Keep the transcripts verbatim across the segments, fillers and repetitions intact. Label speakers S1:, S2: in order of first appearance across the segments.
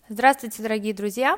S1: Здравствуйте, дорогие друзья!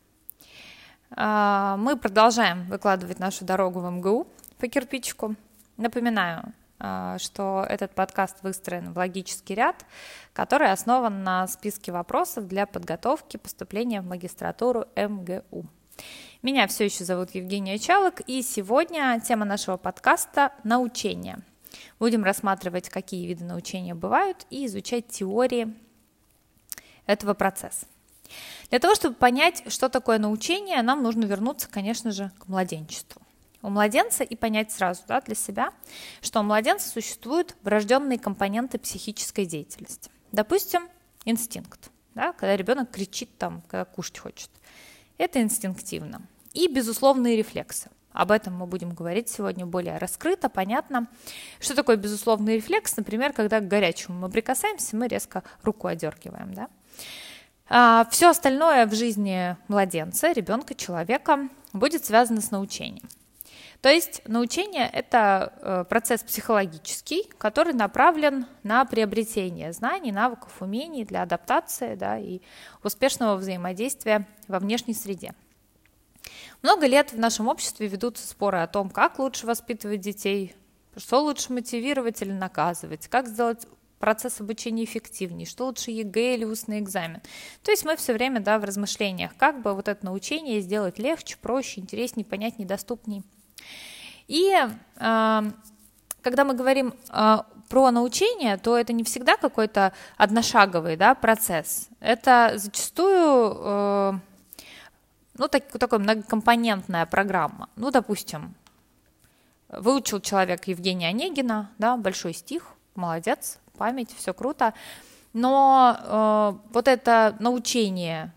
S1: Мы продолжаем выкладывать нашу дорогу в эм гэ у по кирпичику. Напоминаю, что этот подкаст выстроен в логический ряд, который основан на списке вопросов для подготовки поступления в магистратуру эм гэ у. Меня все еще зовут Евгения Чалок, и сегодня тема нашего подкаста – научение. Будем рассматривать, какие виды научения бывают, и изучать теории этого процесса. Для того, чтобы понять, что такое научение, нам нужно вернуться, конечно же, к младенчеству. У младенца и понять сразу, да, для себя, что у младенца существуют врожденные компоненты психической деятельности. Допустим, инстинкт, да, когда ребенок кричит, там, когда кушать хочет. Это инстинктивно. И безусловные рефлексы. Об этом мы будем говорить сегодня более раскрыто, понятно. Что такое безусловный рефлекс? Например, когда к горячему мы прикасаемся, мы резко руку одергиваем, да? А все остальное в жизни младенца, ребенка, человека будет связано с научением. То есть научение – это процесс психологический, который направлен на приобретение знаний, навыков, умений для адаптации, да, и успешного взаимодействия во внешней среде. Много лет в нашем обществе ведутся споры о том, как лучше воспитывать детей, что лучше мотивировать или наказывать, как сделать процесс обучения эффективнее, что лучше е гэ или устный экзамен. То есть мы все время, да, в размышлениях, как бы вот это научение сделать легче, проще, интереснее, понятнее, доступнее. И э, когда мы говорим э, про научение, то это не всегда какой-то одношаговый, да, процесс. Это зачастую э, ну, так, такая многокомпонентная программа. Ну, допустим, выучил человек Евгения Онегина, да, большой стих, молодец, память, все круто, но э, вот это научение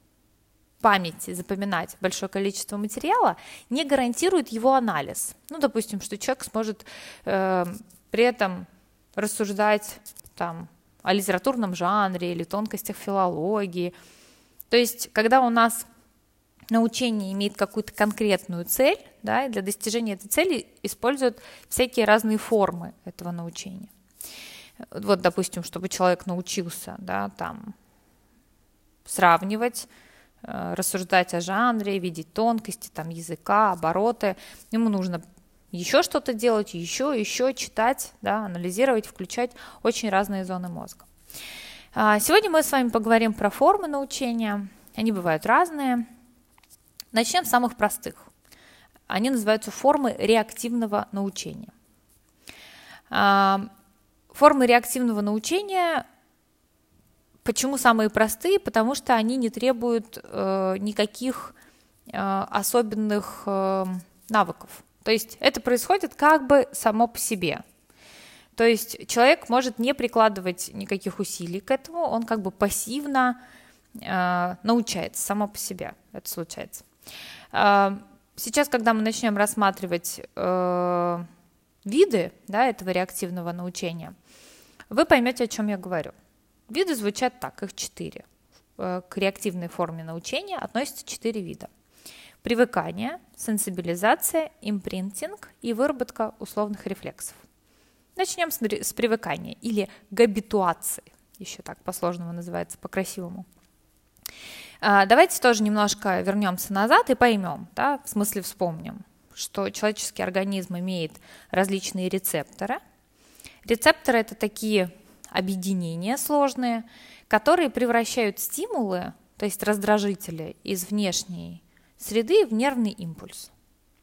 S1: памяти запоминать большое количество материала не гарантирует его анализ. Ну, допустим, что человек сможет э, при этом рассуждать там, о литературном жанре или тонкостях филологии. То есть, когда у нас научение имеет какую-то конкретную цель, да, и для достижения этой цели используют всякие разные формы этого научения. Вот, допустим, чтобы человек научился, да, там, сравнивать, э, рассуждать о жанре, видеть тонкости, там, языка, обороты. Ему нужно еще что-то делать, еще, еще читать, да, анализировать, включать очень разные зоны мозга. А сегодня мы с вами поговорим про формы научения. Они бывают разные. Начнем с самых простых. Они называются формы реактивного научения. Формы реактивного научения, почему самые простые? Потому что они не требуют э, никаких э, особенных э, навыков. То есть это происходит как бы само по себе. То есть человек может не прикладывать никаких усилий к этому, он как бы пассивно э, научается само по себе. Это случается. Э, сейчас, когда мы начнем рассматривать э, виды, да, этого реактивного научения, вы поймете, о чем я говорю. Виды звучат так, их четыре. К реактивной форме научения относятся четыре вида. Привыкание, сенсибилизация, импринтинг и выработка условных рефлексов. Начнем с, с привыкания или габитуации, еще так по-сложному называется, по-красивому. Давайте тоже немножко вернемся назад и поймем, да, в смысле вспомним, что человеческий организм имеет различные рецепторы. Рецепторы – это такие объединения сложные, которые превращают стимулы, то есть раздражители, из внешней среды в нервный импульс.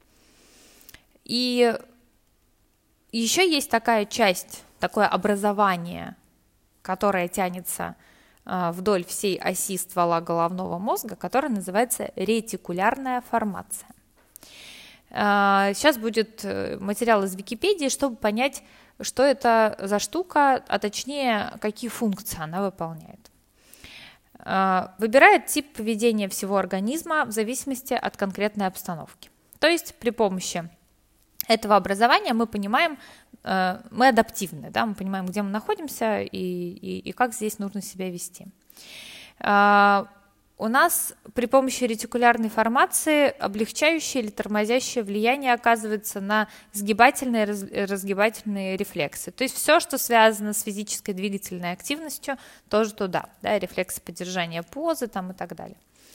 S1: И еще есть такая часть, такое образование, которое тянется вдоль всей оси ствола головного мозга, которое называется ретикулярная формация. Сейчас будет материал из Википедии, чтобы понять, что это за штука, а точнее, какие функции она выполняет. Выбирает тип поведения всего организма в зависимости от конкретной обстановки. То есть при помощи этого образования мы понимаем, мы адаптивны, да, мы понимаем, где мы находимся и, и, и как здесь нужно себя вести. у нас при помощи ретикулярной формации облегчающее или тормозящее влияние оказывается на сгибательные и разгибательные рефлексы. То есть все, что связано с физической двигательной активностью, тоже туда, да, рефлексы поддержания позы там, и так далее.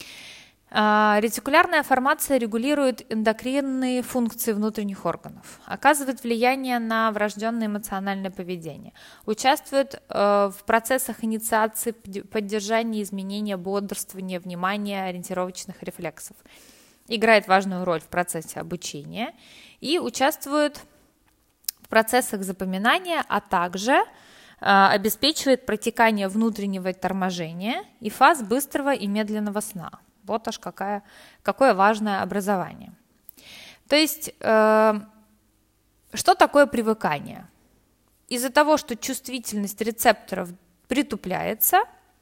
S1: Ретикулярная формация регулирует эндокринные функции внутренних органов, оказывает влияние на врожденное эмоциональное поведение, участвует в процессах инициации, поддержания, изменения, бодрствования, внимания, ориентировочных рефлексов, играет важную роль в процессе обучения и участвует в процессах запоминания, а также обеспечивает протекание внутреннего торможения и фаз быстрого и медленного сна. Вот аж какая, какое важное образование. То есть, э, что такое привыкание? Из-за того, что чувствительность рецепторов притупляется,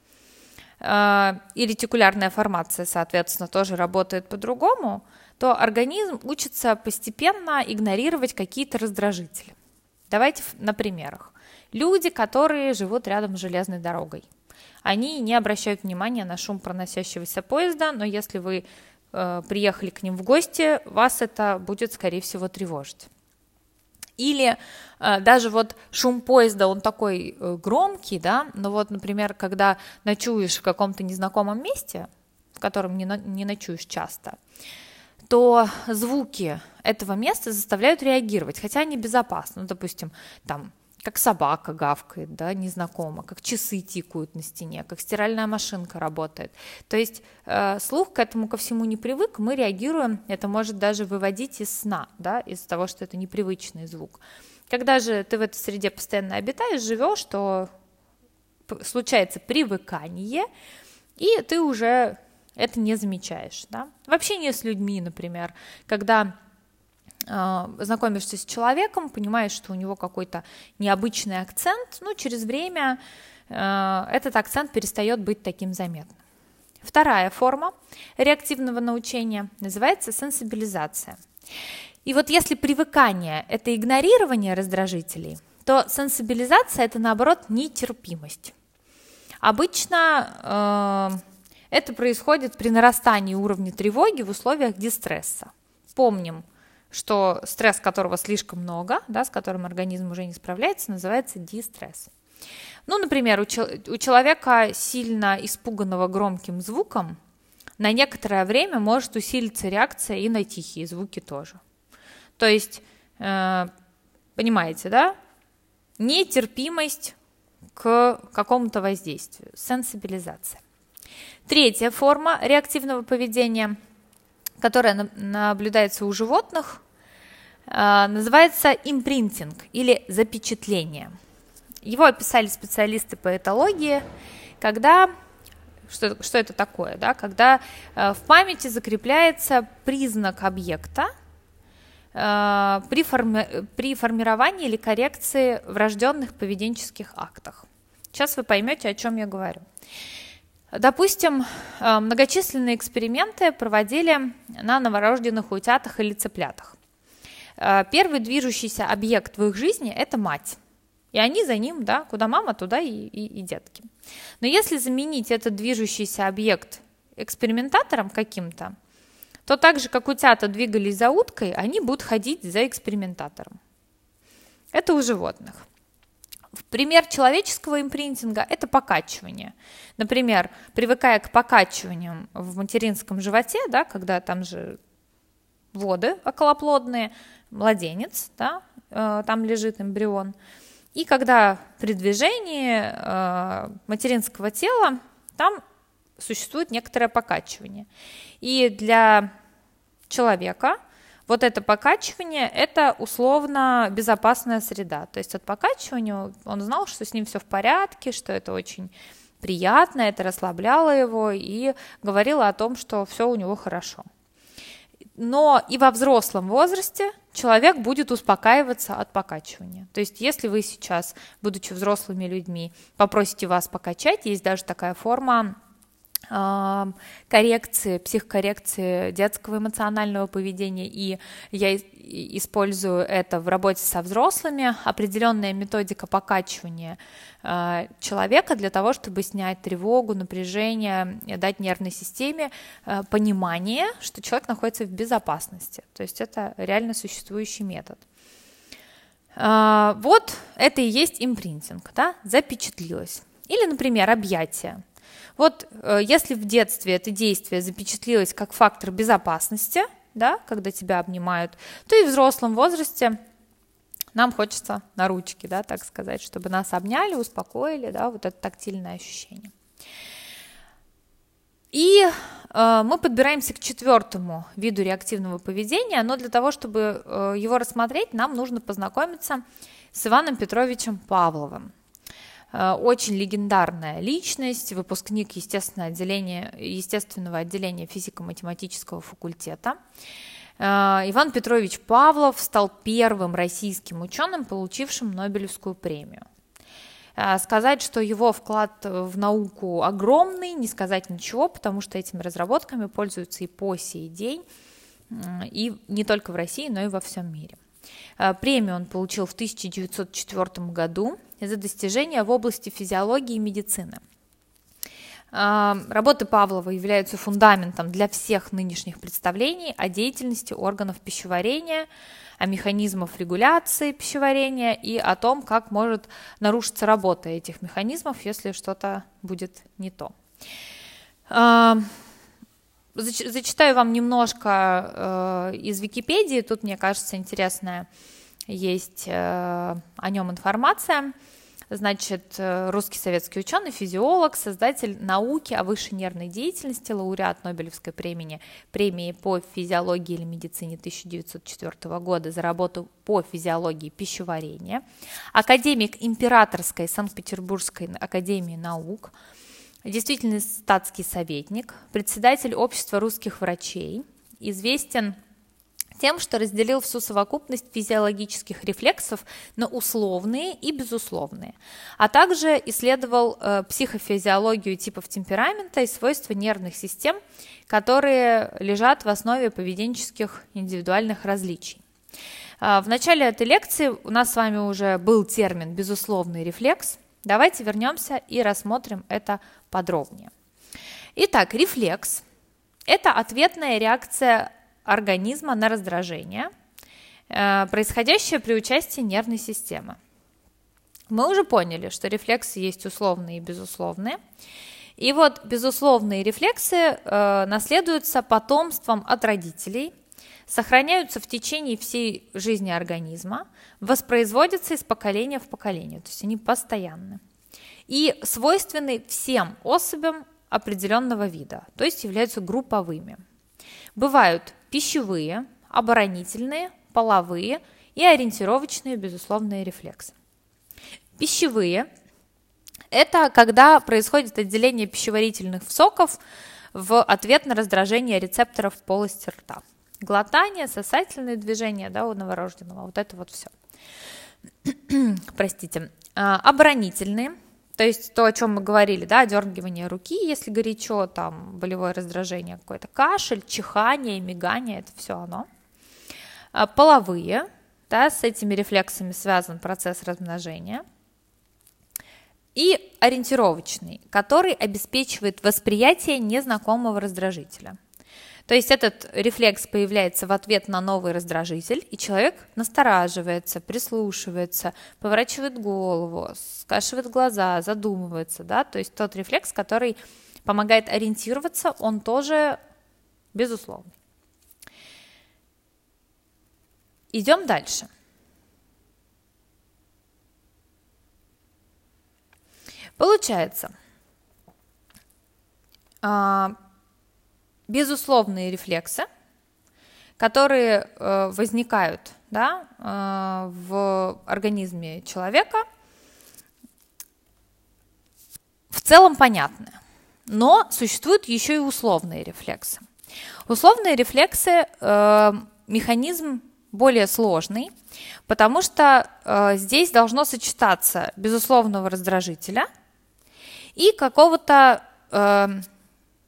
S1: э, и ретикулярная формация, соответственно, тоже работает по-другому, то организм учится постепенно игнорировать какие-то раздражители. Давайте на примерах. Люди, которые живут рядом с железной дорогой. Они не обращают внимания на шум проносящегося поезда, но если вы э, приехали к ним в гости, вас это будет, скорее всего, тревожить. Или э, даже вот шум поезда, он такой э, громкий, да, но вот, например, когда ночуешь в каком-то незнакомом месте, в котором не, не ночуешь часто, то звуки этого места заставляют реагировать, хотя они безопасны, ну, допустим, там, как собака гавкает, да, незнакомо, как часы тикают на стене, как стиральная машинка работает. То есть э, слух к этому ко всему не привык, мы реагируем, это может даже выводить из сна, да, из-за того, что это непривычный звук. Когда же ты в этой среде постоянно обитаешь, живешь, то случается привыкание, и ты уже это не замечаешь, да. В общении с людьми, например, когда знакомишься с человеком, понимаешь, что у него какой-то необычный акцент, ну, через время э, этот акцент перестает быть таким заметным. Вторая форма реактивного научения называется сенсибилизация. И вот если привыкание – это игнорирование раздражителей, то сенсибилизация – это, наоборот, нетерпимость. Обычно э, это происходит при нарастании уровня тревоги в условиях дистресса. Помним, что стресс, которого слишком много, да, с которым организм уже не справляется, называется дистресс. Ну, например, у, чел- у человека, сильно испуганного громким звуком, на некоторое время может усилиться реакция и на тихие звуки тоже. То есть, э, понимаете, да? Нетерпимость к какому-то воздействию, сенсибилизация. Третья форма реактивного поведения, которая наблюдается у животных, называется импринтинг или запечатление. Его описали специалисты по этологии, когда, что, что это такое, да, когда в памяти закрепляется признак объекта при, форми, при формировании или коррекции врожденных поведенческих актов. Сейчас вы поймете, о чем я говорю. Допустим, многочисленные эксперименты проводили на новорожденных утятах или цыплятах. Первый движущийся объект в их жизни – это мать. И они за ним, да, куда мама, туда и, и, и детки. Но если заменить этот движущийся объект экспериментатором каким-то, то так же, как утята двигались за уткой, они будут ходить за экспериментатором. Это у животных. Пример человеческого импринтинга – это покачивание. Например, привыкая к покачиваниям в материнском животе, да, когда там же воды околоплодные, младенец, да, э, там лежит эмбрион, и когда при движении э, материнского тела там существует некоторое покачивание. И для человека вот это покачивание – это условно безопасная среда. То есть от покачивания он знал, что с ним все в порядке, что это очень приятно, это расслабляло его и говорило о том, что все у него хорошо. Но и во взрослом возрасте человек будет успокаиваться от покачивания. То есть если вы сейчас, будучи взрослыми людьми, попросите вас покачать, есть даже такая форма коррекции, психокоррекции детского эмоционального поведения, и я использую это в работе со взрослыми, определенная методика покачивания человека для того, чтобы снять тревогу, напряжение, дать нервной системе понимание, что человек находится в безопасности. То есть это реально существующий метод. Вот это и есть импринтинг, да? Запечатлилось. Или, например, объятие. Вот если в детстве это действие запечатлилось как фактор безопасности, да, когда тебя обнимают, то и в взрослом возрасте нам хочется на ручки, да, так сказать, чтобы нас обняли, успокоили, да, вот это тактильное ощущение. И э, мы подбираемся к четвертому виду реактивного поведения, но для того, чтобы э, его рассмотреть, нам нужно познакомиться с Иваном Петровичем Павловым. Очень легендарная личность, выпускник естественного отделения, естественного отделения физико-математического факультета. Иван Петрович Павлов стал первым российским ученым, получившим Нобелевскую премию. Сказать, что его вклад в науку огромный, не сказать ничего, потому что этими разработками пользуются и по сей день, и не только в России, но и во всем мире. Премию он получил в тысяча девятьсот четвёртом году за достижения в области физиологии и медицины. Работы Павлова являются фундаментом для всех нынешних представлений о деятельности органов пищеварения, о механизмах регуляции пищеварения и о том, как может нарушиться работа этих механизмов, если что-то будет не то. Зачитаю вам немножко э, из Википедии, тут, мне кажется, интересная есть э, о нем информация. Значит, русский советский ученый, физиолог, создатель науки о высшей нервной деятельности, лауреат Нобелевской премии, премии по физиологии или медицине тысяча девятьсот четвёртого года за работу по физиологии пищеварения, академик Императорской Санкт-Петербургской академии наук, действительно статский советник, председатель общества русских врачей, известен тем, что разделил всю совокупность физиологических рефлексов на условные и безусловные, а также исследовал э, психофизиологию типов темперамента и свойства нервных систем, которые лежат в основе поведенческих индивидуальных различий. Э, в начале этой лекции у нас с вами уже был термин «безусловный рефлекс». Давайте вернемся и рассмотрим это подробнее. Итак, рефлекс – это ответная реакция организма на раздражение, э, происходящее при участии нервной системы. Мы уже поняли, что рефлексы есть условные и безусловные. И вот безусловные рефлексы э, наследуются потомством от родителей, сохраняются в течение всей жизни организма, воспроизводятся из поколения в поколение, то есть они постоянны. И свойственны всем особям определенного вида, то есть являются групповыми. Бывают пищевые, оборонительные, половые и ориентировочные безусловные рефлексы. Пищевые – это когда происходит отделение пищеварительных соков в ответ на раздражение рецепторов в полости рта. Глотание, сосательные движения, да, у новорожденного, вот это вот все. Простите. Оборонительные, то есть то, о чем мы говорили, да, дергивание руки, если горячо, там болевое раздражение какое-то, кашель, чихание, мигание, это все оно. Половые, да, с этими рефлексами связан процесс размножения. И ориентировочный, который обеспечивает восприятие незнакомого раздражителя. То есть этот рефлекс появляется в ответ на новый раздражитель, и человек настораживается, прислушивается, поворачивает голову, скашивает глаза, задумывается, да, то есть тот рефлекс, который помогает ориентироваться, он тоже безусловный. Идем дальше. Получается, безусловные рефлексы, которые э, возникают, да, э, в организме человека, в целом понятны. Но существуют еще и условные рефлексы. Условные рефлексы э, механизм более сложный, потому что э, здесь должно сочетаться безусловного раздражителя и какого-то э,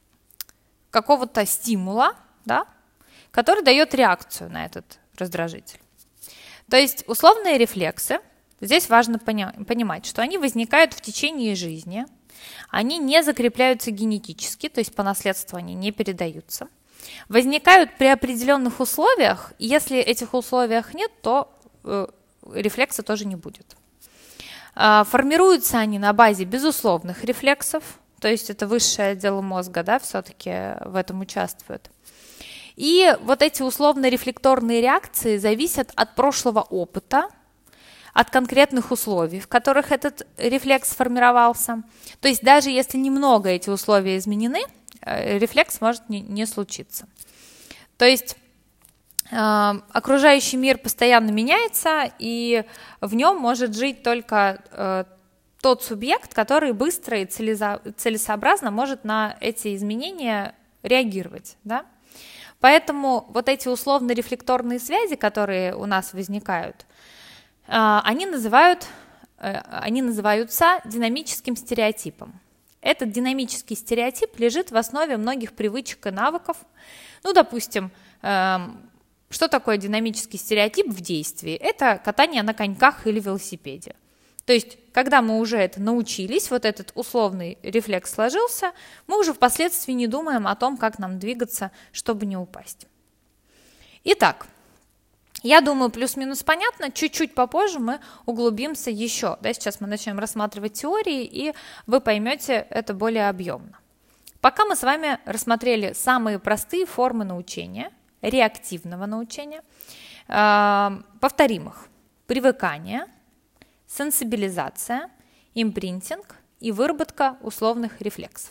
S1: какого-то стимула, да, который дает реакцию на этот раздражитель. То есть условные рефлексы, здесь важно поня- понимать, что они возникают в течение жизни, они не закрепляются генетически, то есть по наследству они не передаются, возникают при определенных условиях, и если этих условиях нет, то э, рефлекса тоже не будет. Э, формируются они на базе безусловных рефлексов, то есть это высшее отдел мозга, да, все-таки в этом участвует. И вот эти условно-рефлекторные реакции зависят от прошлого опыта, от конкретных условий, в которых этот рефлекс сформировался. То есть даже если немного эти условия изменены, рефлекс может не, не случиться. То есть э, окружающий мир постоянно меняется, и в нем может жить только э, тот субъект, который быстро и целесообразно может на эти изменения реагировать, да? Поэтому вот эти условно-рефлекторные связи, которые у нас возникают, они, называют, они называются динамическим стереотипом. Этот динамический стереотип лежит в основе многих привычек и навыков. Ну, допустим, что такое динамический стереотип в действии? Это катание на коньках или велосипеде. То есть, когда мы уже это научились, вот этот условный рефлекс сложился, мы уже впоследствии не думаем о том, как нам двигаться, чтобы не упасть. Итак, я думаю, плюс-минус понятно, чуть-чуть попозже мы углубимся еще. Да, сейчас мы начнем рассматривать теории, и вы поймете это более объемно. Пока мы с вами рассмотрели самые простые формы научения, реактивного научения, э, повторим их. Привыкание, сенсибилизация, импринтинг и выработка условных рефлексов.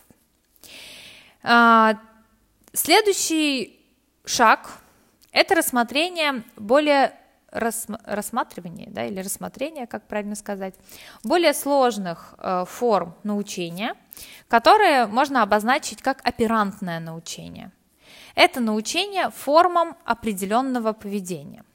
S1: Следующий шаг – это рассмотрение более рас, рассматривание, да, или рассмотрение, как правильно сказать, более сложных э, форм научения, которые можно обозначить как оперантное научение. Это научение формам определенного поведения.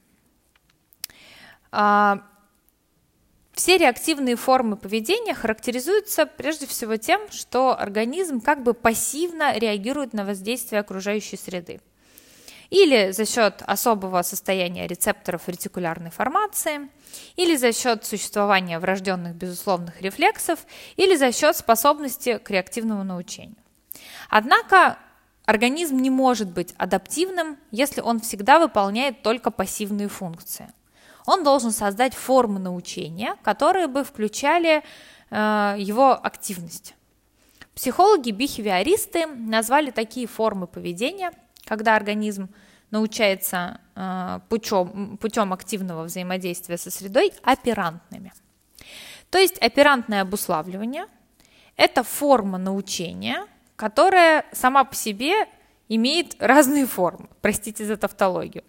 S1: Все реактивные формы поведения характеризуются прежде всего тем, что организм как бы пассивно реагирует на воздействие окружающей среды. Или за счет особого состояния рецепторов ретикулярной формации, или за счет существования врожденных безусловных рефлексов, или за счет способности к реактивному научению. Однако организм не может быть адаптивным, если он всегда выполняет только пассивные функции. Он должен создать формы научения, которые бы включали э, его активность. Психологи-бихевиористы назвали такие формы поведения, когда организм научается э, путем, путем активного взаимодействия со средой, оперантными. То есть оперантное обуславливание – это форма научения, которая сама по себе имеет разные формы, простите за тавтологию.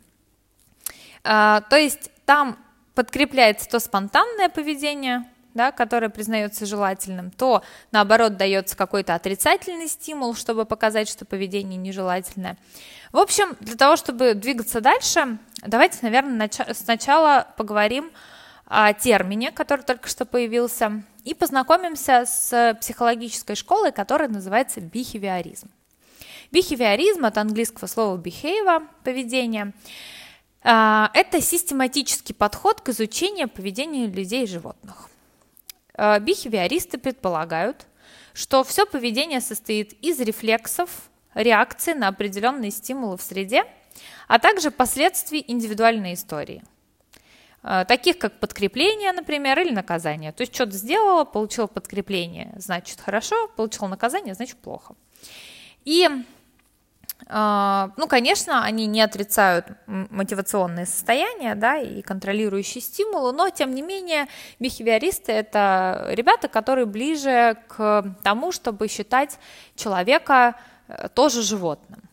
S1: Э, то есть там подкрепляется то спонтанное поведение, да, которое признается желательным, то, наоборот, дается какой-то отрицательный стимул, чтобы показать, что поведение нежелательное. В общем, для того, чтобы двигаться дальше, давайте, наверное, нач- сначала поговорим о термине, который только что появился, и познакомимся с психологической школой, которая называется бихевиоризм. Бихевиоризм от английского слова behave, поведение. Это систематический подход к изучению поведения людей и животных. Бихевиористы предполагают, что все поведение состоит из рефлексов, реакций на определенные стимулы в среде, а также последствий индивидуальной истории, таких как подкрепление, например, или наказание. То есть что-то сделала, получила подкрепление, значит хорошо, получила наказание, значит плохо. И ну, конечно, они не отрицают мотивационные состояния, да, и контролирующие стимулы, но, тем не менее, бихевиористы – это ребята, которые ближе к тому, чтобы считать человека тоже животным.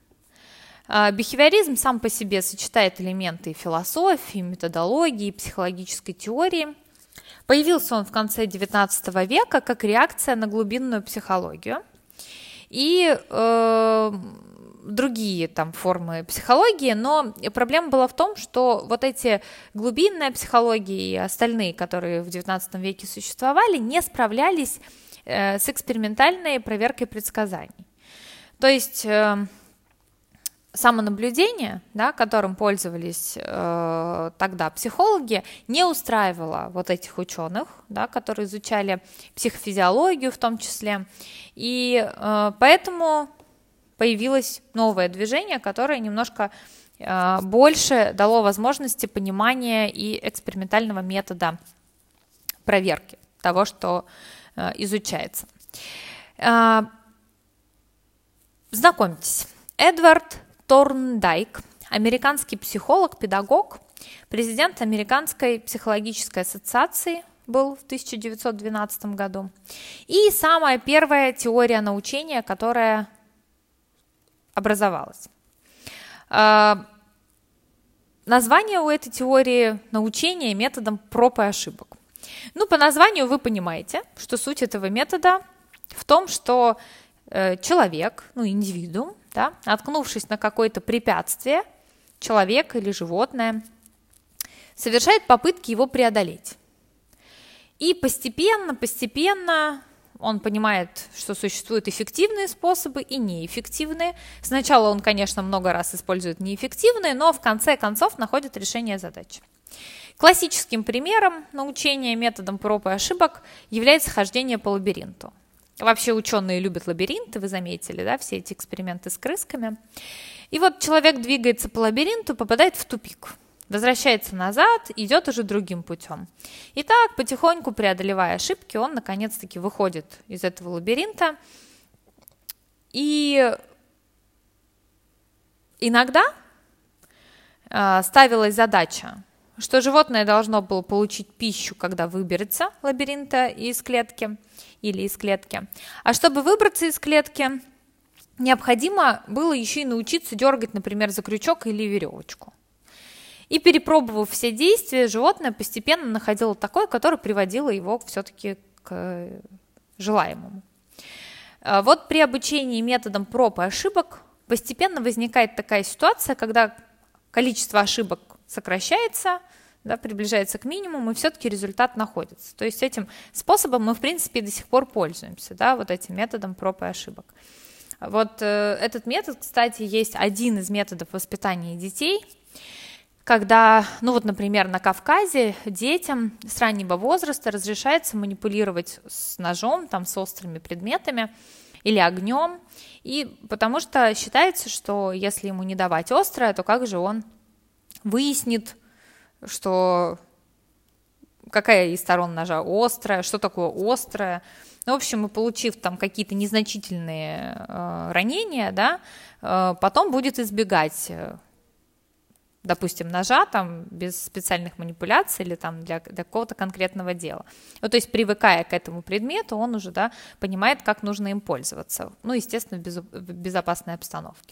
S1: Бихевиоризм сам по себе сочетает элементы философии, методологии, психологической теории. Появился он в конце девятнадцатого века как реакция на глубинную психологию. И э, другие там формы психологии, но проблема была в том, что вот эти глубинная психология и остальные, которые в девятнадцатом веке существовали, не справлялись э, с экспериментальной проверкой предсказаний. То есть э, самонаблюдение, да, которым пользовались э, тогда психологи, не устраивало вот этих ученых, да, которые изучали психофизиологию в том числе, и э, поэтому появилось новое движение, которое немножко э, больше дало возможности понимания и экспериментального метода проверки того, что э, изучается. Э, знакомьтесь, Эдвард Торндайк, американский психолог, педагог, президент Американской психологической ассоциации был в тысяча девятьсот двенадцатом году. И самая первая теория научения, которая образовалась. Название у этой теории научения методом проб и ошибок. Ну, по названию вы понимаете, что суть этого метода в том, что человек, ну, индивидуум, да, наткнувшись на какое-то препятствие, человек или животное, совершает попытки его преодолеть. И постепенно, постепенно он понимает, что существуют эффективные способы и неэффективные. Сначала он, конечно, много раз использует неэффективные, но в конце концов находит решение задачи. Классическим примером научения методом проб и ошибок является хождение по лабиринту. Вообще ученые любят лабиринты, вы заметили, да, все эти эксперименты с крысками. И вот человек двигается по лабиринту, попадает в тупик, возвращается назад, идет уже другим путем. И так, потихоньку преодолевая ошибки, он наконец-таки выходит из этого лабиринта. И иногда э, ставилась задача, что животное должно было получить пищу, когда выберется лабиринта из клетки или из клетки. А чтобы выбраться из клетки, необходимо было еще и научиться дергать, например, за крючок или веревочку. И перепробовав все действия, животное постепенно находило такое, которое приводило его все-таки к желаемому. Вот при обучении методом проб и ошибок постепенно возникает такая ситуация, когда количество ошибок сокращается, да, приближается к минимуму, и все-таки результат находится. То есть этим способом мы, в принципе, до сих пор пользуемся, да, вот этим методом проб и ошибок. Вот э, этот метод, кстати, есть один из методов воспитания детей, когда, ну вот, например, на Кавказе детям с раннего возраста разрешается манипулировать с ножом, там, с острыми предметами или огнем, и потому что считается, что если ему не давать острое, то как же он выяснит, что какая из сторон ножа острая, что такое острое. Ну, в общем, и получив там какие-то незначительные э, ранения, да, э, потом будет избегать, э, допустим, ножа там без специальных манипуляций или там для, для какого-то конкретного дела. Ну, то есть, привыкая к этому предмету, он уже, да, понимает, как нужно им пользоваться. Ну, естественно, в, без, в безопасной обстановке.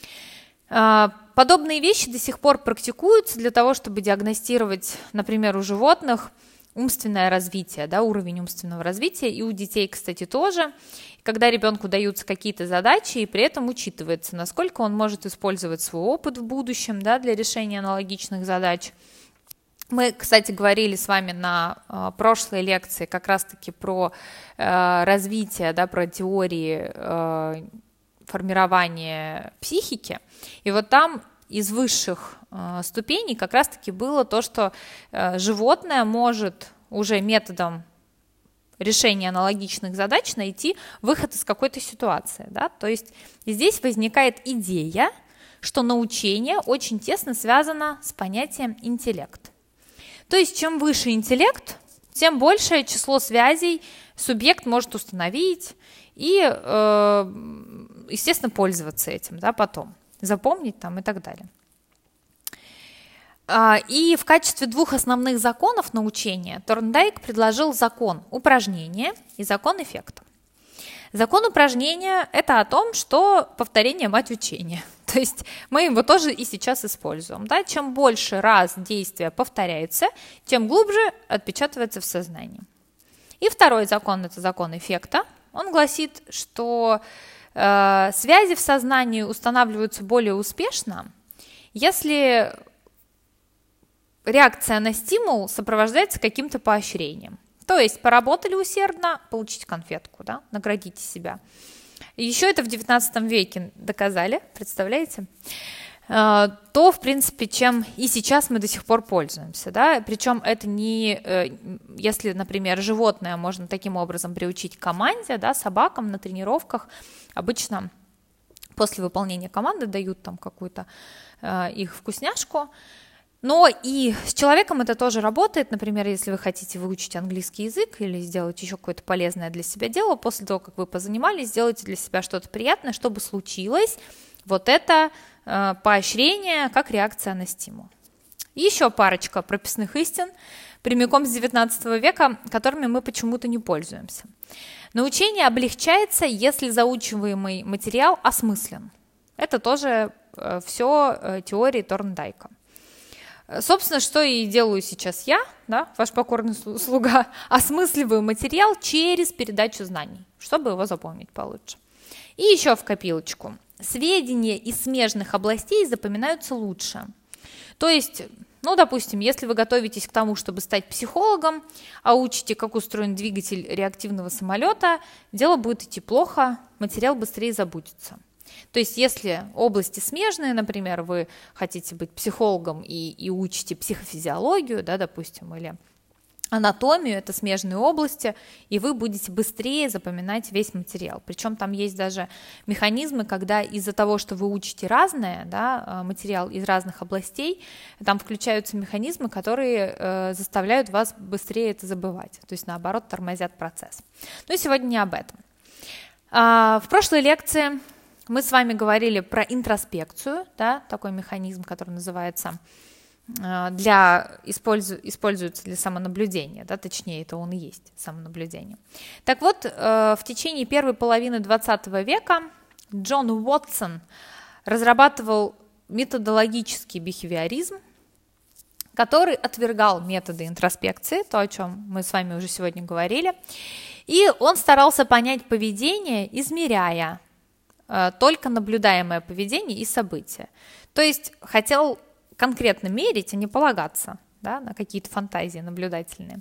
S1: Подобные вещи до сих пор практикуются для того, чтобы диагностировать, например, у животных умственное развитие, да, уровень умственного развития, и у детей, кстати, тоже, когда ребенку даются какие-то задачи, и при этом учитывается, насколько он может использовать свой опыт в будущем, да, для решения аналогичных задач. Мы, кстати, говорили с вами на э, прошлой лекции как раз-таки про э, развитие, да, про теории э, формирования психики, и вот там из высших э, ступеней как раз-таки было то, что э, животное может уже методом решения аналогичных задач найти выход из какой-то ситуации, да? То есть здесь возникает идея, что научение очень тесно связано с понятием интеллект. То есть чем выше интеллект, тем большее число связей субъект может установить и, э, естественно, пользоваться этим, да, потом, запомнить там и так далее. И в качестве двух основных законов научения Торндайк предложил закон упражнения и закон эффекта. Закон упражнения – это о том, что повторение – мать учения. То есть мы его тоже и сейчас используем. Да? Чем больше раз действие повторяется, тем глубже отпечатывается в сознании. И второй закон – это закон эффекта. Он гласит, что э, связи в сознании устанавливаются более успешно, если реакция на стимул сопровождается каким-то поощрением. То есть поработали усердно, получите конфетку, да, наградите себя. еще это в девятнадцатом веке доказали, представляете? То, в принципе, чем и сейчас мы до сих пор пользуемся, да, причем это не, если, например, животное можно таким образом приучить к команде, да, собакам на тренировках обычно после выполнения команды дают там какую-то э, их вкусняшку, но и с человеком это тоже работает, например, если вы хотите выучить английский язык или сделать еще какое-то полезное для себя дело, после того, как вы позанимались, сделайте для себя что-то приятное, чтобы случилось вот это э, поощрение как реакция на стимул. Еще парочка прописных истин, прямиком с девятнадцатого века, которыми мы почему-то не пользуемся. Научение облегчается, если заучиваемый материал осмыслен. Это тоже э, все э, теории Торндайка. Собственно, что и делаю сейчас я, да, ваш покорный слуга, осмысливаю материал через передачу знаний, чтобы его запомнить получше. И еще в копилочку. Сведения из смежных областей запоминаются лучше. То есть, ну, допустим, если вы готовитесь к тому, чтобы стать психологом, а учите, как устроен двигатель реактивного самолета, дело будет идти плохо, материал быстрее забудется. То есть, если области смежные, например, вы хотите быть психологом и, и учите психофизиологию, да, допустим, или анатомию, это смежные области, и вы будете быстрее запоминать весь материал. Причем там есть даже механизмы, когда из-за того, что вы учите разное, да, материал из разных областей, там включаются механизмы, которые э, заставляют вас быстрее это забывать, то есть наоборот тормозят процесс. Но сегодня не об этом. А, в прошлой лекции мы с вами говорили про интроспекцию, да, такой механизм, который называется для, использу, используется для самонаблюдения, да, точнее, это он и есть самонаблюдение. Так вот, в течение первой половины двадцатого века Джон Уотсон разрабатывал методологический бихевиоризм, который отвергал методы интроспекции, то, о чем мы с вами уже сегодня говорили, и он старался понять поведение, измеряя только наблюдаемое поведение и события. То есть хотел конкретно мерить, а не полагаться, да, на какие-то фантазии наблюдательные.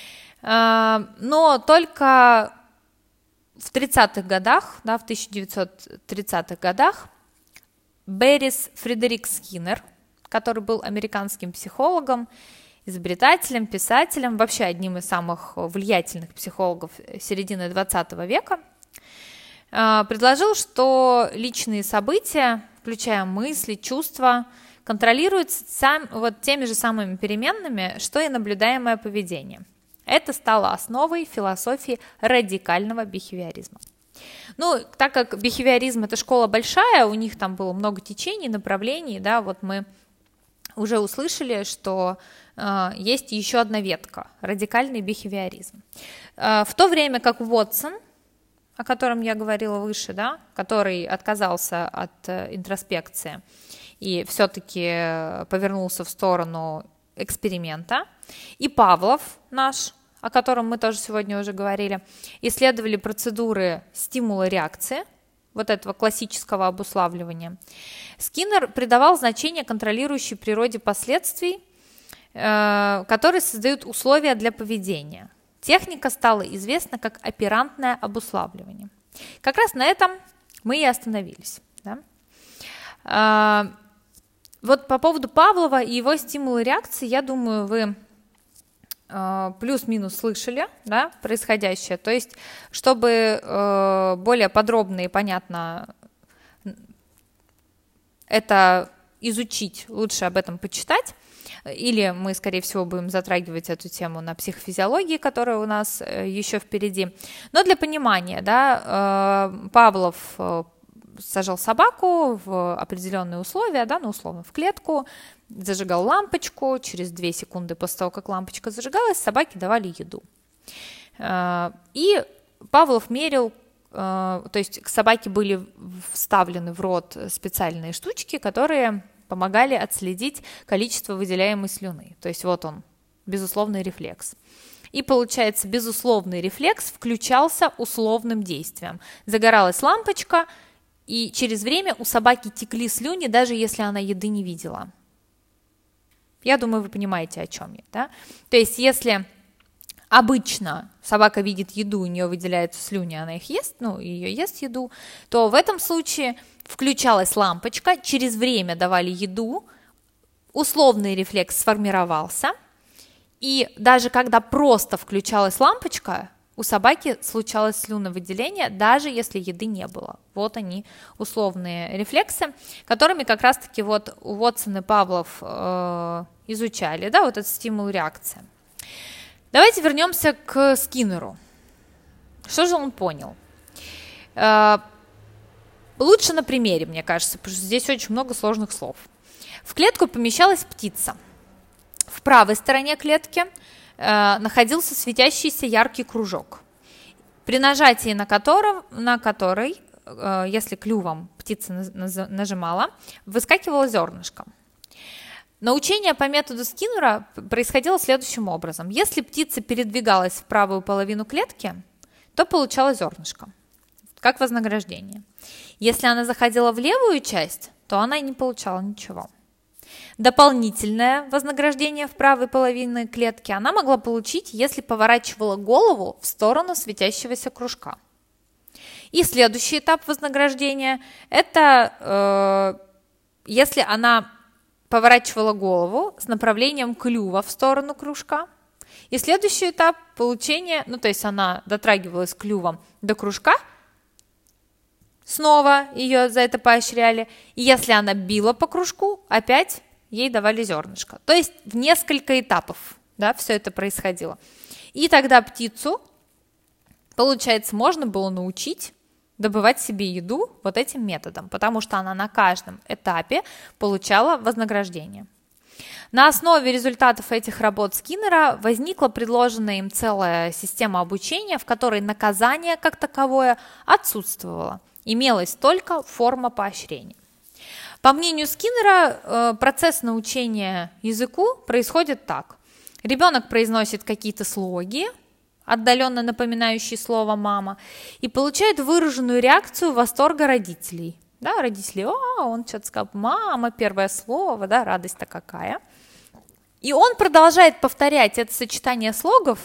S1: Но только в тридцатых годах, да, в тысяча девятьсот тридцатых годах Беррис Фредерик Скиннер, который был американским психологом, изобретателем, писателем, вообще одним из самых влиятельных психологов середины двадцатого века, предложил, что личные события, включая мысли, чувства, контролируется сам, вот теми же самыми переменными, что и наблюдаемое поведение. Это стало основой философии радикального бихевиоризма. Ну, так как бихевиоризм – это школа большая, у них там было много течений, направлений, да, вот мы уже услышали, что э, есть еще одна ветка – радикальный бихевиоризм. Э, в то время как Уотсон, о котором я говорила выше, да, который отказался от э, интроспекции, и все-таки повернулся в сторону эксперимента. И Павлов наш, о котором мы тоже сегодня уже говорили, исследовали процедуры стимула-реакции, вот этого классического обуславливания. Скиннер придавал значение контролирующей природе последствий, которые создают условия для поведения. Техника стала известна как оперантное обуславливание. Как раз на этом мы и остановились. Да? Вот по поводу Павлова и его стимула реакции, я думаю, вы э, плюс-минус слышали, да, происходящее. То есть, чтобы э, более подробно и понятно это изучить, лучше об этом почитать. Или мы, скорее всего, будем затрагивать эту тему на психофизиологии, которая у нас э, еще впереди. Но для понимания, да, э, Павлов э, сажал собаку в определенные условия, да, ну, условно, в клетку, зажигал лампочку, через две секунды после того, как лампочка зажигалась, собаке давали еду. И Павлов мерил, то есть к собаке были вставлены в рот специальные штучки, которые помогали отследить количество выделяемой слюны. То есть вот он, безусловный рефлекс. И получается, безусловный рефлекс включался условным действием. Загоралась лампочка, и через время у собаки текли слюни, даже если она еды не видела. Я думаю, вы понимаете, о чем я. Да? То есть, если обычно собака видит еду, у нее выделяются слюни, она их ест, ну, ее ест еду, то в этом случае включалась лампочка, через время давали еду, условный рефлекс сформировался, и даже когда просто включалась лампочка, у собаки случалось слюновыделение, даже если еды не было. Вот они, условные рефлексы, которыми как раз-таки вот Уотсон и Павлов э, изучали, да, вот этот стимул-реакция. Давайте вернемся к Скиннеру. Что же он понял? Э, лучше на примере, мне кажется, потому что здесь очень много сложных слов. В клетку помещалась птица. В правой стороне клетки э, находился светящийся яркий кружок, при нажатии на, котором, на который, э, если клювом птица нажимала, выскакивало зернышко. Научение по методу Скиннера происходило следующим образом. Если птица передвигалась в правую половину клетки, то получала зернышко, как вознаграждение. Если она заходила в левую часть, то она и не получала ничего. Дополнительное вознаграждение в правой половине клетки она могла получить, если поворачивала голову в сторону светящегося кружка. И следующий этап вознаграждения – это э, если она поворачивала голову с направлением клюва в сторону кружка. И следующий этап получения, ну то есть она дотрагивалась клювом до кружка, снова ее за это поощряли. И если она била по кружку, опять ей давали зернышко. То есть в несколько этапов, да, все это происходило. И тогда птицу, получается, можно было научить добывать себе еду вот этим методом, потому что она на каждом этапе получала вознаграждение. На основе результатов этих работ Скиннера возникла предложенная им целая система обучения, в которой наказание как таковое отсутствовало. Имелась только форма поощрения. По мнению Скиннера, процесс научения языку происходит так. Ребенок произносит какие-то слоги, отдаленно напоминающие слово «мама», и получает выраженную реакцию восторга родителей. Да, родители, о, он что-то сказал, мама, первое слово, да, радость-то какая. И он продолжает повторять это сочетание слогов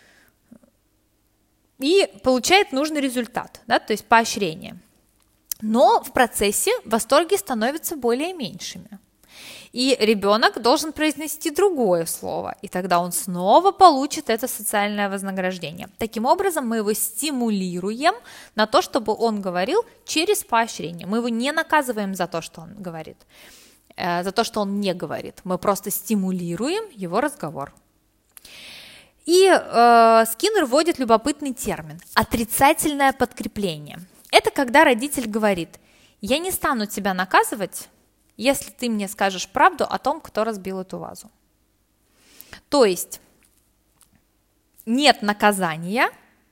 S1: и получает нужный результат, да, то есть поощрение. Но в процессе восторги становятся более меньшими. И ребенок должен произнести другое слово, и тогда он снова получит это социальное вознаграждение. Таким образом, мы его стимулируем на то, чтобы он говорил через поощрение. Мы его не наказываем за то, что он говорит, э, за то, что он не говорит. Мы просто стимулируем его разговор. И э, Скиннер вводит любопытный термин – отрицательное подкрепление. Это когда родитель говорит: «Я не стану тебя наказывать, если ты мне скажешь правду о том, кто разбил эту вазу». То есть нет наказания,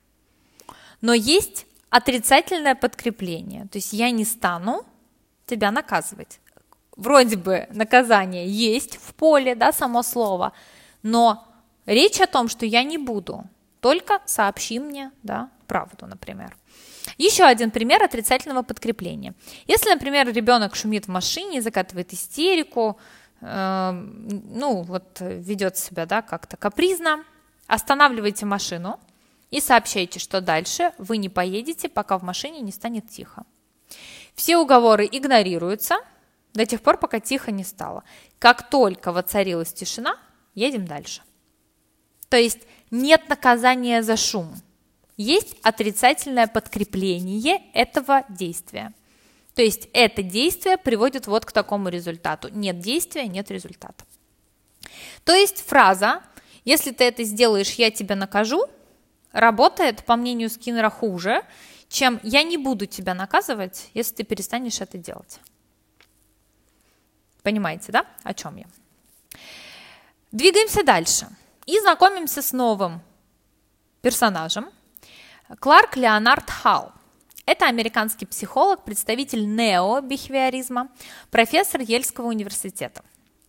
S1: но есть отрицательное подкрепление. То есть я не стану тебя наказывать. Вроде бы наказание есть в поле, да, само слово, но речь о том, что я не буду, только сообщи мне, да, правду, например. Еще один пример отрицательного подкрепления. Если, например, ребенок шумит в машине, закатывает истерику, э, ну вот ведет себя, да, как-то капризно, останавливайте машину и сообщайте, что дальше вы не поедете, пока в машине не станет тихо. Все уговоры игнорируются до тех пор, пока тихо не стало. Как только воцарилась тишина, едем дальше. То есть нет наказания за шум. Есть отрицательное подкрепление этого действия. То есть это действие приводит вот к такому результату. Нет действия, нет результата. То есть фраза «если ты это сделаешь, я тебя накажу» работает, по мнению Скиннера, хуже, чем «я не буду тебя наказывать, если ты перестанешь это делать». Понимаете, да, о чем я? Двигаемся дальше и знакомимся с новым персонажем. Кларк Леонард Халл. Это американский психолог, представитель необихевиоризма, профессор Ельского университета.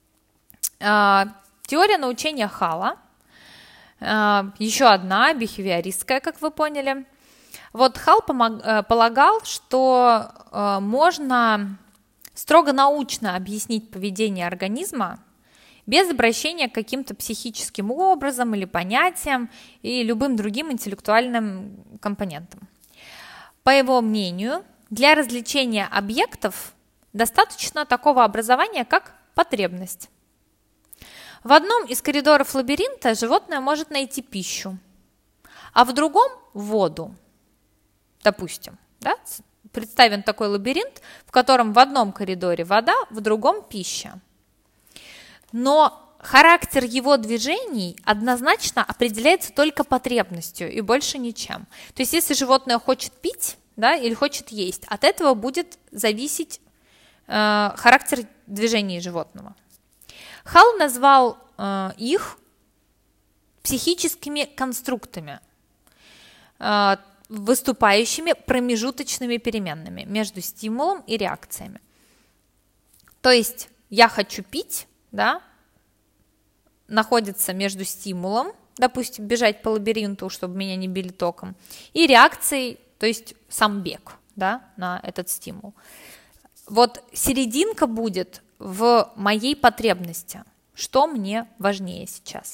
S1: Теория научения Халла, еще одна бихевиористская, как вы поняли. Вот Халл полагал, что можно строго научно объяснить поведение организма без обращения к каким-то психическим образам или понятиям и любым другим интеллектуальным компонентам. По его мнению, для развлечения объектов достаточно такого образования, как потребность. В одном из коридоров лабиринта животное может найти пищу, а в другом – воду. Допустим, да? Представим такой лабиринт, в котором в одном коридоре вода, в другом пища. Но характер его движений однозначно определяется только потребностью и больше ничем. То есть если животное хочет пить, да, или хочет есть, от этого будет зависеть э, характер движений животного. Халл назвал э, их психическими конструктами, э, выступающими промежуточными переменными между стимулом и реакциями. То есть «я хочу пить», да, находится между стимулом, допустим, бежать по лабиринту, чтобы меня не били током, и реакцией, то есть сам бег, да, на этот стимул. Вот серединка будет в моей потребности, что мне важнее сейчас.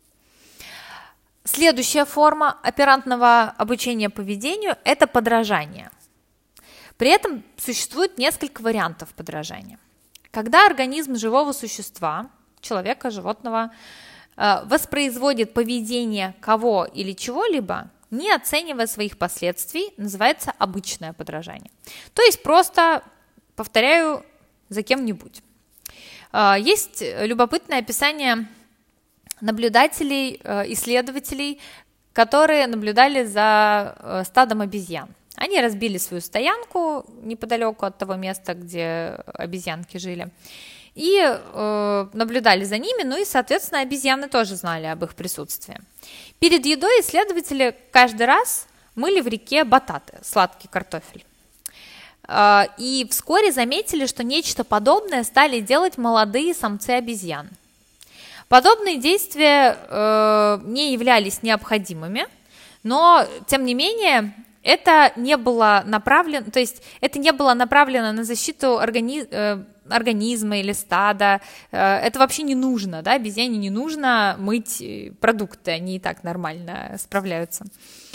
S1: Следующая форма оперантного обучения поведению – это подражание. При этом существует несколько вариантов подражания. Когда организм живого существа, человека, животного, воспроизводит поведение кого или чего-либо, не оценивая своих последствий, называется обычное подражание. То есть просто повторяю за кем-нибудь. Есть любопытное описание наблюдателей, исследователей, которые наблюдали за стадом обезьян. Они разбили свою стоянку неподалеку от того места, где обезьянки жили, и э, наблюдали за ними, ну и, соответственно, обезьяны тоже знали об их присутствии. Перед едой исследователи каждый раз мыли в реке бататы, сладкий картофель. Э, и вскоре заметили, что нечто подобное стали делать молодые самцы обезьян. Подобные действия э, не являлись необходимыми, но, тем не менее, это не было направлено, то есть это не было направлено на защиту органи, э, организма или стада, э, это вообще не нужно, да, обезьяне не нужно мыть продукты, они и так нормально справляются.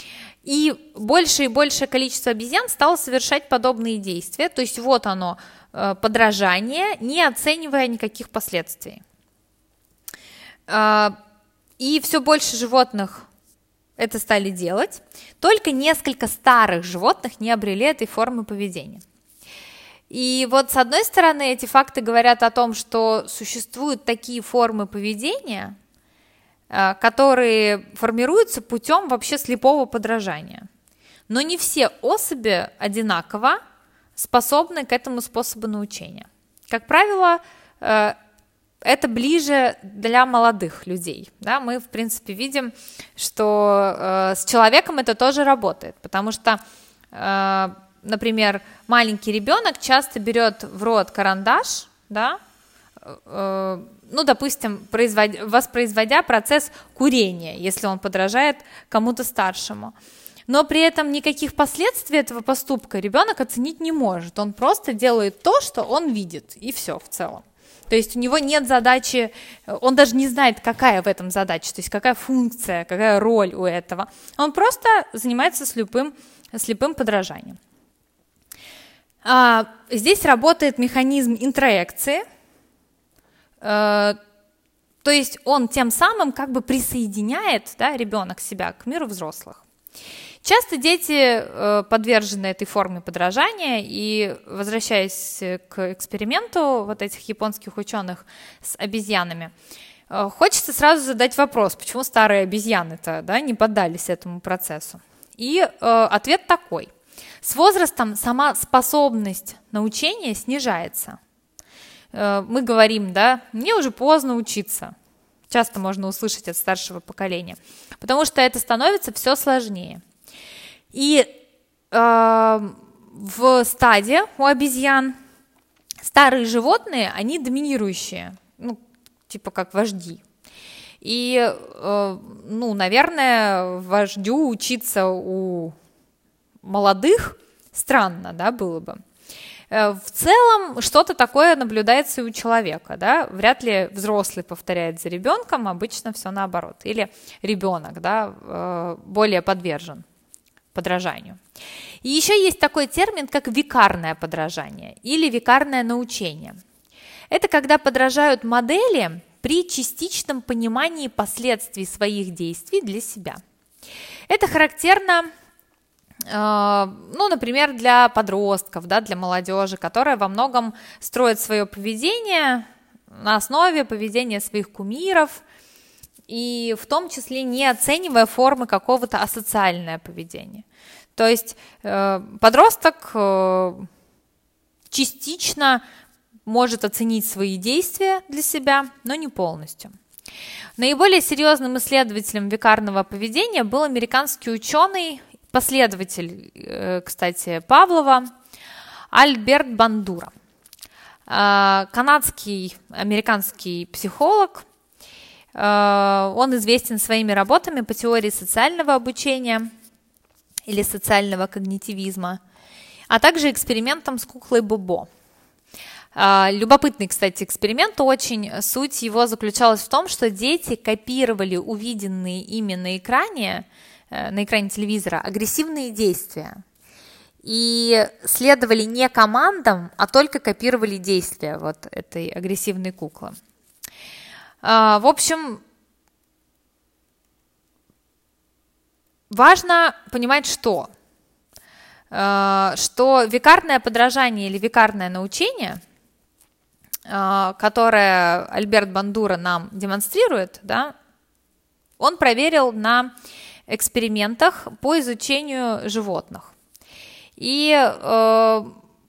S1: И больше и большее количество обезьян стало совершать подобные действия, то есть вот оно, э, подражание, не оценивая никаких последствий. Э, и все больше животных это стали делать, только несколько старых животных не обрели этой формы поведения. И вот с одной стороны эти факты говорят о том, что существуют такие формы поведения, которые формируются путем вообще слепого подражания. Но не все особи одинаково способны к этому способу научения. Как правило, это ближе для молодых людей. Да? Мы, в принципе, видим, что э, с человеком это тоже работает, потому что, э, например, маленький ребенок часто берет в рот карандаш, да? э, ну, допустим, производя, воспроизводя процесс курения, если он подражает кому-то старшему. Но при этом никаких последствий этого поступка ребенок оценить не может. Он просто делает то, что он видит, и все в целом. То есть у него нет задачи, он даже не знает, какая в этом задача, то есть какая функция, какая роль у этого. Он просто занимается слепым, слепым подражанием. А, здесь работает механизм интроекции, а, то есть он тем самым как бы присоединяет, да, ребенок себя к миру взрослых. Часто дети э, подвержены этой форме подражания, и, возвращаясь к эксперименту вот этих японских ученых с обезьянами, э, хочется сразу задать вопрос, почему старые обезьяны-то, да, не поддались этому процессу. И э, ответ такой. С возрастом сама способность научения снижается. Э, мы говорим, да, мне уже поздно учиться. Часто можно услышать от старшего поколения, потому что это становится все сложнее. И э, в стаде у обезьян старые животные, они доминирующие, ну, типа как вожди. И, э, ну, наверное, вождю учиться у молодых странно, да, было бы. в целом что-то такое наблюдается и у человека, да, вряд ли взрослый повторяет за ребенком, обычно все наоборот, или ребенок, да, более подвержен подражанию. И еще есть такой термин, как викарное подражание или викарное научение. Это когда подражают модели при частичном понимании последствий своих действий для себя. Это характерно, э, ну, например, для подростков, да, для молодежи, которая во многом строит свое поведение на основе поведения своих кумиров, и в том числе не оценивая формы какого-то асоциального поведения. То есть э, подросток э, частично может оценить свои действия для себя, но не полностью. Наиболее серьезным исследователем викарного поведения был американский ученый, последователь, э, кстати, Павлова, Альберт Бандура. Э, канадский, американский психолог. Э, он известен своими работами по теории социального обучения или социального когнитивизма, а также экспериментом с куклой Бобо. Любопытный, кстати, эксперимент очень. Суть его заключалась в том, что дети копировали увиденные ими на экране, на экране телевизора агрессивные действия и следовали не командам, а только копировали действия вот этой агрессивной куклы. В общем, важно понимать, что, что викарное подражание или викарное научение, которое Альберт Бандура нам демонстрирует, да, он проверил на экспериментах по изучению животных. И э,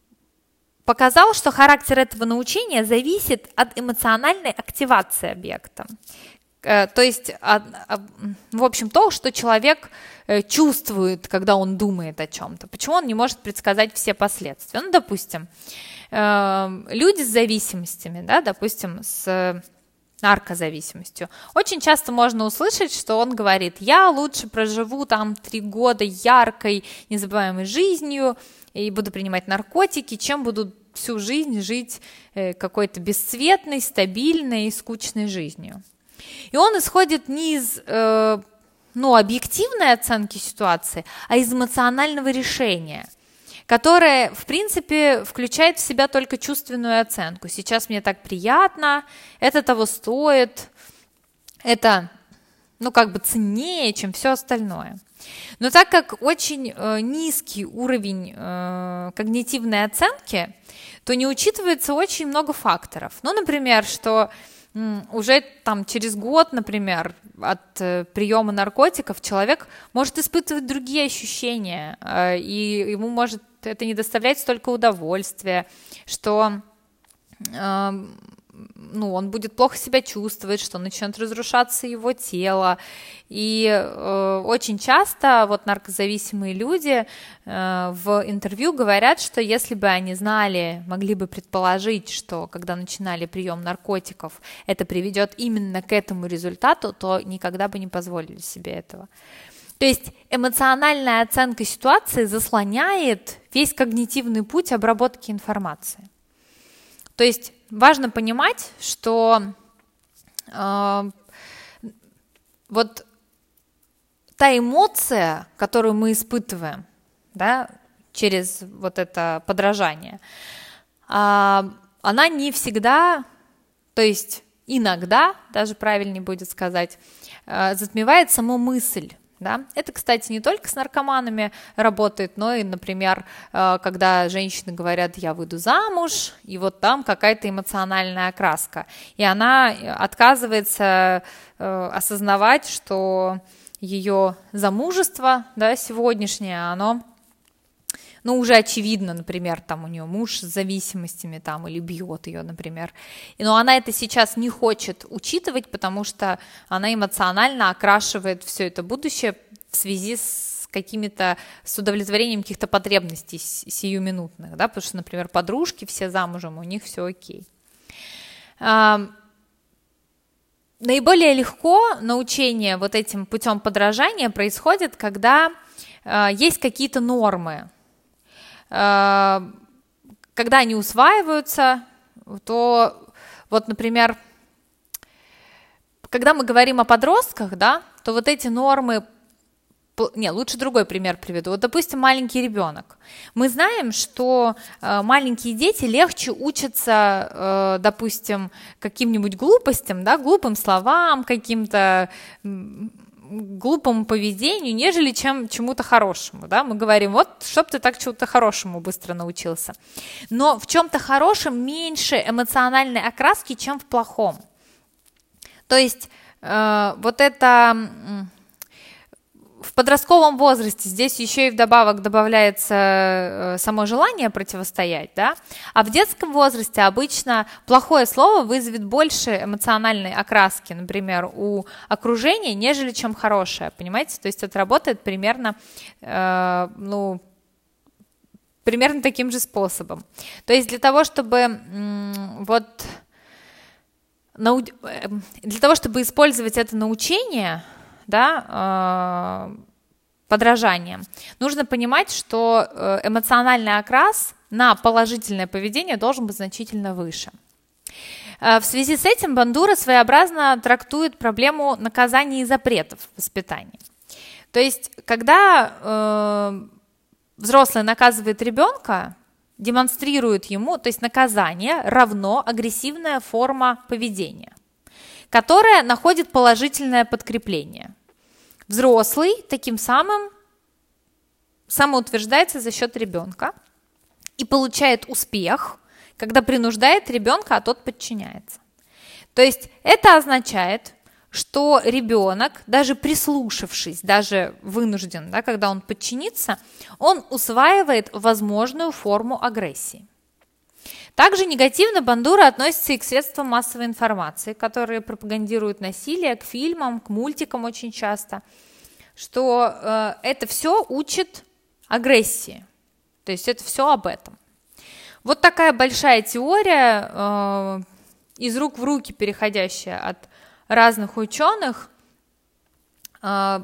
S1: показал, что характер этого научения зависит от эмоциональной активации объекта. То есть, в общем, то, что человек чувствует, когда он думает о чем-то. Почему он не может предсказать все последствия? Ну, допустим, люди с зависимостями, да, допустим, с наркозависимостью, очень часто можно услышать, что он говорит: я лучше проживу там три года яркой, незабываемой жизнью и буду принимать наркотики, чем буду всю жизнь жить какой-то бесцветной, стабильной и скучной жизнью. И он исходит не из э, ну, объективной оценки ситуации, а из эмоционального решения, которое, в принципе, включает в себя только чувственную оценку. Сейчас мне так приятно, это того стоит, это, ну, как бы ценнее, чем все остальное. Но так как очень э, низкий уровень э, когнитивной оценки, то не учитывается очень много факторов. Ну, например, что уже там через год, например, от э, приема наркотиков человек может испытывать другие ощущения, э, и ему может это не доставлять столько удовольствия, что э, ну, он будет плохо себя чувствовать, что начнет разрушаться его тело. И э, очень часто вот наркозависимые люди э, в интервью говорят, что если бы они знали, могли бы предположить, что когда начинали прием наркотиков, это приведет именно к этому результату, то никогда бы не позволили себе этого. То есть эмоциональная оценка ситуации заслоняет весь когнитивный путь обработки информации. То есть важно понимать, что э, вот та эмоция, которую мы испытываем, да, через вот это подражание, э, она не всегда, то есть иногда, даже правильнее будет сказать, э, затмевает саму мысль. Да? Это, кстати, не только с наркоманами работает, но и, например, когда женщины говорят: я выйду замуж, и вот там какая-то эмоциональная окраска, и она отказывается осознавать, что ее замужество, да, сегодняшнее, оно, ну, уже очевидно, например, там у нее муж с зависимостями там, или бьет ее, например. Но она это сейчас не хочет учитывать, потому что она эмоционально окрашивает все это будущее в связи с какими-то, с удовлетворением каких-то потребностей сиюминутных, да, потому что, например, подружки все замужем, у них все окей. Наиболее легко научение вот этим путем подражания происходит, когда есть какие-то нормы, когда они усваиваются, то вот, например, когда мы говорим о подростках, да, то вот эти нормы, не, лучше другой пример приведу. Вот, допустим, маленький ребенок. Мы знаем, что э, маленькие дети легче учатся, э, допустим, каким-нибудь глупостям, да, глупым словам, каким-то глупому поведению, нежели чем чему-то хорошему, да, мы говорим, вот, чтоб ты так чему-то хорошему быстро научился. Но в чем-то хорошем меньше эмоциональной окраски, чем в плохом. То есть э, вот это в подростковом возрасте здесь еще и вдобавок добавляется э, само желание противостоять, да, а в детском возрасте обычно плохое слово вызовет больше эмоциональной окраски, например, у окружения, нежели чем хорошее, понимаете, то есть это работает примерно, э, ну, примерно таким же способом. То есть для того, чтобы м, вот для того, чтобы использовать это научение, да, подражание, нужно понимать, что эмоциональный окрас на положительное поведение должен быть значительно выше. В связи с этим Бандура своеобразно трактует проблему наказаний и запретов в воспитании. То есть, когда взрослый наказывает ребенка, демонстрирует ему, то есть наказание равно агрессивная форма поведения, которая находит положительное подкрепление. Взрослый таким самым самоутверждается за счет ребенка и получает успех, когда принуждает ребенка, а тот подчиняется. То есть это означает, что ребенок, даже прислушавшись, даже вынужден, да, когда он подчинится, он усваивает возможную форму агрессии. Также негативно Бандура относится и к средствам массовой информации, которые пропагандируют насилие, к фильмам, к мультикам очень часто, что э, это все учит агрессии, то есть это все об этом. Вот такая большая теория, э, из рук в руки переходящая от разных ученых, э,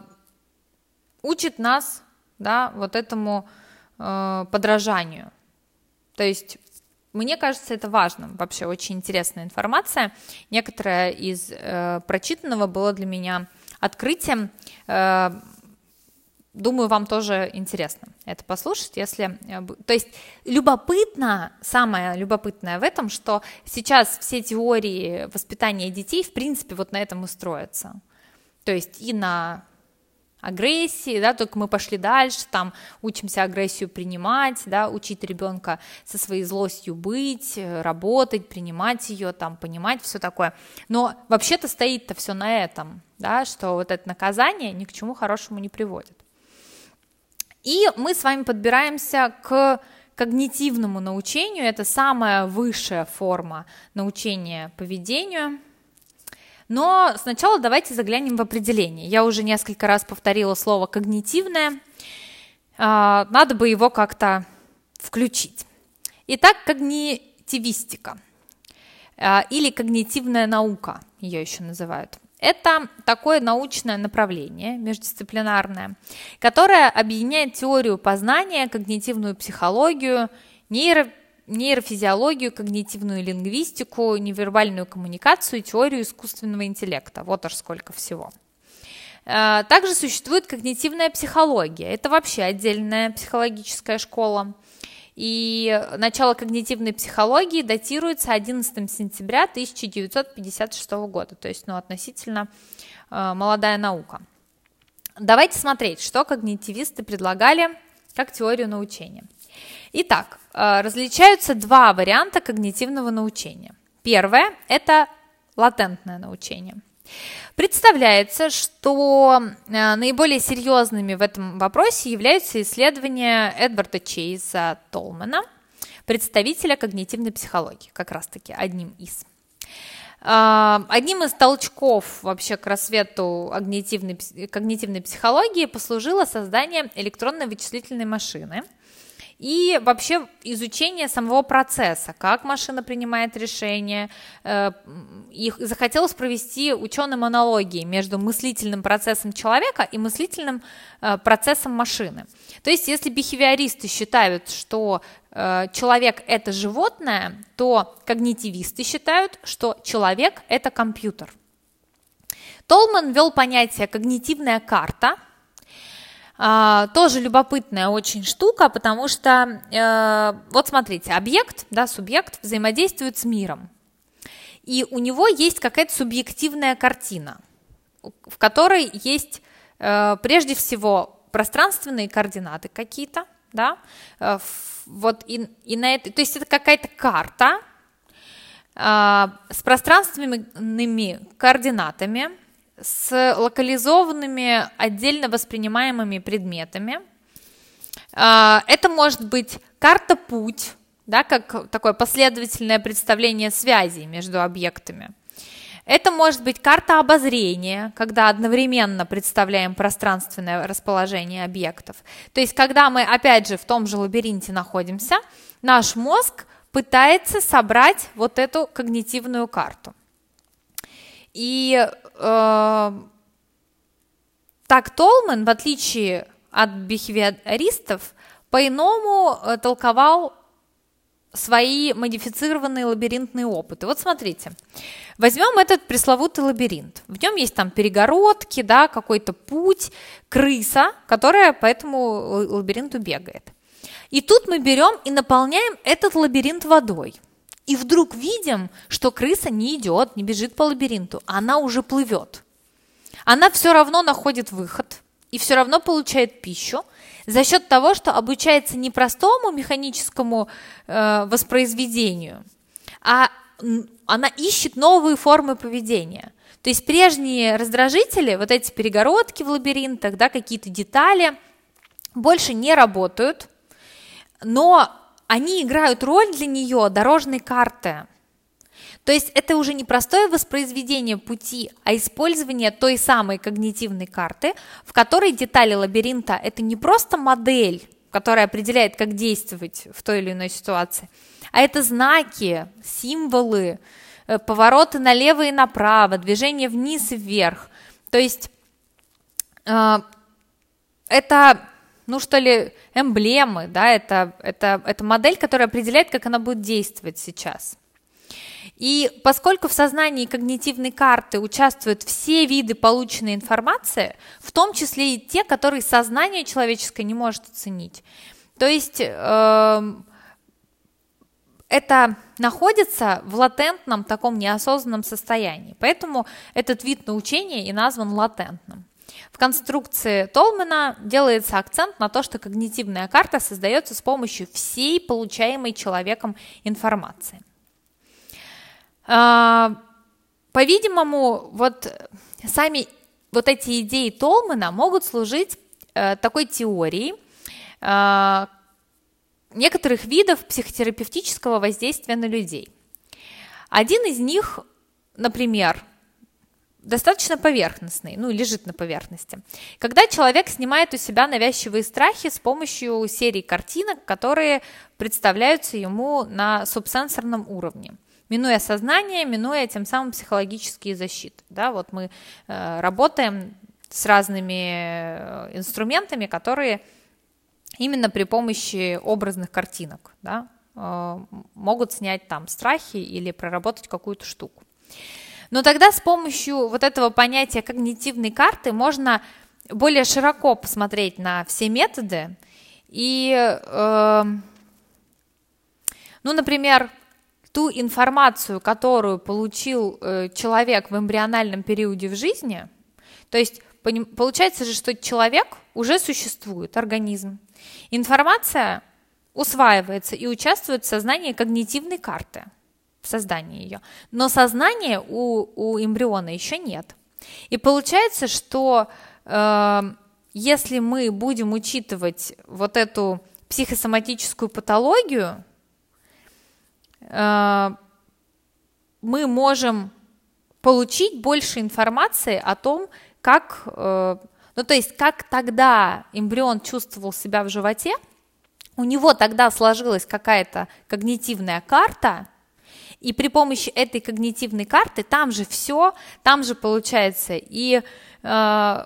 S1: учит нас, да, вот этому э, подражанию. То есть мне кажется, это важно, вообще очень интересная информация. Некоторое из э, прочитанного было для меня открытием. Э, думаю, вам тоже интересно это послушать, если... То есть любопытно, самое любопытное в этом, что сейчас все теории воспитания детей, в принципе, вот на этом и строятся. То есть и на агрессии, да, только мы пошли дальше, там учимся агрессию принимать, да, учить ребенка со своей злостью быть, работать, принимать ее, там, понимать, все такое. Но вообще-то стоит-то все на этом, да, что вот это наказание ни к чему хорошему не приводит. И мы с вами подбираемся к когнитивному научению, это самая высшая форма научения поведению. Но сначала давайте заглянем в определение. Я уже несколько раз повторила слово «когнитивное», надо бы его как-то включить. Итак, когнитивистика или когнитивная наука, ее еще называют. Это такое научное направление, междисциплинарное, которое объединяет теорию познания, когнитивную психологию, нейро нейрофизиологию, когнитивную лингвистику, невербальную коммуникацию и теорию искусственного интеллекта. Вот аж сколько всего. Также существует когнитивная психология. Это вообще отдельная психологическая школа. И начало когнитивной психологии датируется одиннадцатого сентября тысяча девятьсот пятьдесят шестого года, то есть ну, относительно молодая наука. Давайте смотреть, что когнитивисты предлагали как теорию научения. Итак, различаются два варианта когнитивного научения. Первое – это латентное научение. Представляется, что наиболее серьезными в этом вопросе являются исследования Эдварда Чейза Толмана, представителя когнитивной психологии, как раз-таки одним из. Одним из толчков вообще к рассвету когнитивной, когнитивной психологии послужило создание электронной вычислительной машины. и вообще изучение самого процесса, как машина принимает решения. Их захотелось провести ученым аналогии между мыслительным процессом человека и мыслительным процессом машины. То есть если бихевиористы считают, что человек – это животное, то когнитивисты считают, что человек – это компьютер. Толман ввел понятие «когнитивная карта». Тоже любопытная очень штука, потому что, вот смотрите, объект, да, субъект взаимодействует с миром, и у него есть какая-то субъективная картина, в которой есть прежде всего пространственные координаты какие-то, да, вот и, и на это, то есть это какая-то карта с пространственными координатами, с локализованными отдельно воспринимаемыми предметами. Это может быть карта-путь, да, как такое последовательное представление связей между объектами. Это может быть карта обозрения, когда одновременно представляем пространственное расположение объектов. То есть, когда мы, опять же, в том же лабиринте находимся, наш мозг пытается собрать вот эту когнитивную карту. И э, так Толман, в отличие от бихевиористов, по-иному э, толковал свои модифицированные лабиринтные опыты. Вот смотрите, возьмем этот пресловутый лабиринт. В нем есть там перегородки, да, какой-то путь, крыса, которая по этому лабиринту бегает. И тут мы берем и наполняем этот лабиринт водой. И вдруг видим, что крыса не идет, не бежит по лабиринту, она уже плывет. Она все равно находит выход и все равно получает пищу за счет того, что обучается не простому механическому э, воспроизведению, а она ищет новые формы поведения. То есть прежние раздражители, вот эти перегородки в лабиринтах, да, какие-то детали, больше не работают, но они играют роль для нее дорожной карты. То есть это уже не простое воспроизведение пути, а использование той самой когнитивной карты, в которой детали лабиринта – это не просто модель, которая определяет, как действовать в той или иной ситуации, а это знаки, символы, повороты налево и направо, движение вниз и вверх. То есть э, это, ну что ли, эмблемы, да, это, это, это модель, которая определяет, как она будет действовать сейчас. И поскольку в сознании когнитивной карты участвуют все виды полученной информации, в том числе и те, которые сознание человеческое не может оценить, то есть э, это находится в латентном таком неосознанном состоянии, поэтому этот вид научения и назван латентным. В конструкции Толмана делается акцент на то, что когнитивная карта создается с помощью всей получаемой человеком информации. По-видимому, вот сами вот эти идеи Толмана могут служить э, такой теорией э, некоторых видов психотерапевтического воздействия на людей. Один из них, например, достаточно поверхностный, ну, лежит на поверхности. Когда человек снимает у себя навязчивые страхи с помощью серии картинок, которые представляются ему на субсенсорном уровне, минуя сознание, минуя тем самым психологические защиты. Да, вот мы э, работаем с разными инструментами, которые именно при помощи образных картинок, да, э, могут снять там страхи или проработать какую-то штуку. Но тогда с помощью вот этого понятия когнитивной карты можно более широко посмотреть на все методы и, э, ну, например, ту информацию, которую получил э, человек в эмбриональном периоде в жизни, то есть получается же, что человек уже существует, организм. Информация усваивается и участвует в сознании когнитивной карты, в создании ее. Но сознания у, у эмбриона еще нет. И получается, что э, если мы будем учитывать вот эту психосоматическую патологию, мы можем получить больше информации о том, как, ну, то есть, как тогда эмбрион чувствовал себя в животе, у него тогда сложилась какая-то когнитивная карта, и при помощи этой когнитивной карты там же все, там же получается и э,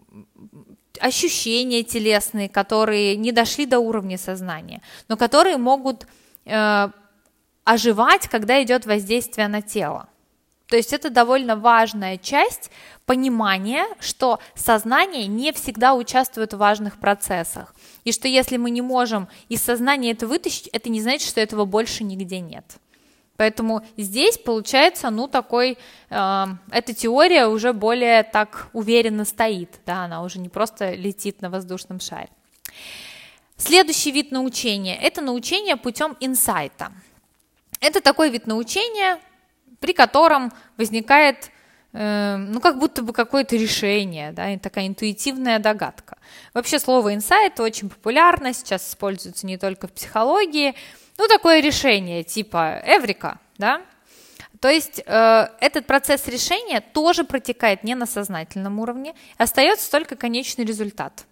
S1: ощущения телесные, которые не дошли до уровня сознания, но которые могут э, оживать, когда идет воздействие на тело. То есть это довольно важная часть понимания, что сознание не всегда участвует в важных процессах, и что если мы не можем из сознания это вытащить, это не значит, что этого больше нигде нет. Поэтому здесь получается, ну, такой, э, эта теория уже более так уверенно стоит, да, она уже не просто летит на воздушном шаре. Следующий вид научения – это научение путем инсайта. Это такой вид научения, при котором возникает, э, ну, как будто бы какое-то решение, да, и такая интуитивная догадка. Вообще слово инсайт очень популярно, сейчас используется не только в психологии. Ну, такое решение типа эврика, да, то есть э, этот процесс решения тоже протекает не на сознательном уровне, остается только конечный результат.